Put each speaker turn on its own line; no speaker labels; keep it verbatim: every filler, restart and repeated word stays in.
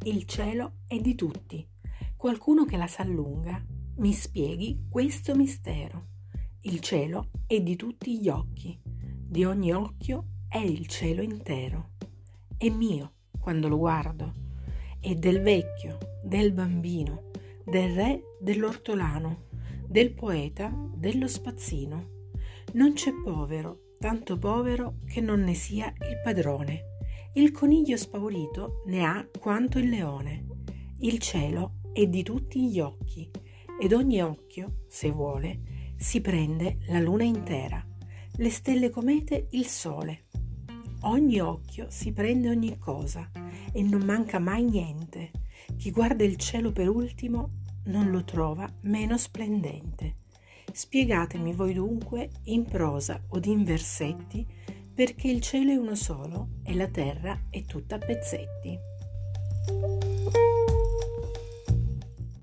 Il cielo è di tutti. Qualcuno che la sa lunga mi spieghi questo mistero. Il cielo è di tutti gli occhi. Di ogni occhio è il cielo intero. È mio quando lo guardo. È del vecchio, del bambino, del re, dell'ortolano, del poeta, dello spazzino. Non c'è povero, tanto povero che non ne sia il padrone. Il coniglio spaurito ne ha quanto il leone. Il cielo è di tutti gli occhi ed ogni occhio, se vuole, si prende la luna intera, le stelle comete il sole. Ogni occhio si prende ogni cosa e non manca mai niente. Chi guarda il cielo per ultimo non lo trova meno splendente. Spiegatemi voi dunque in prosa od in versetti perché il cielo è uno solo e la terra è tutta a pezzetti.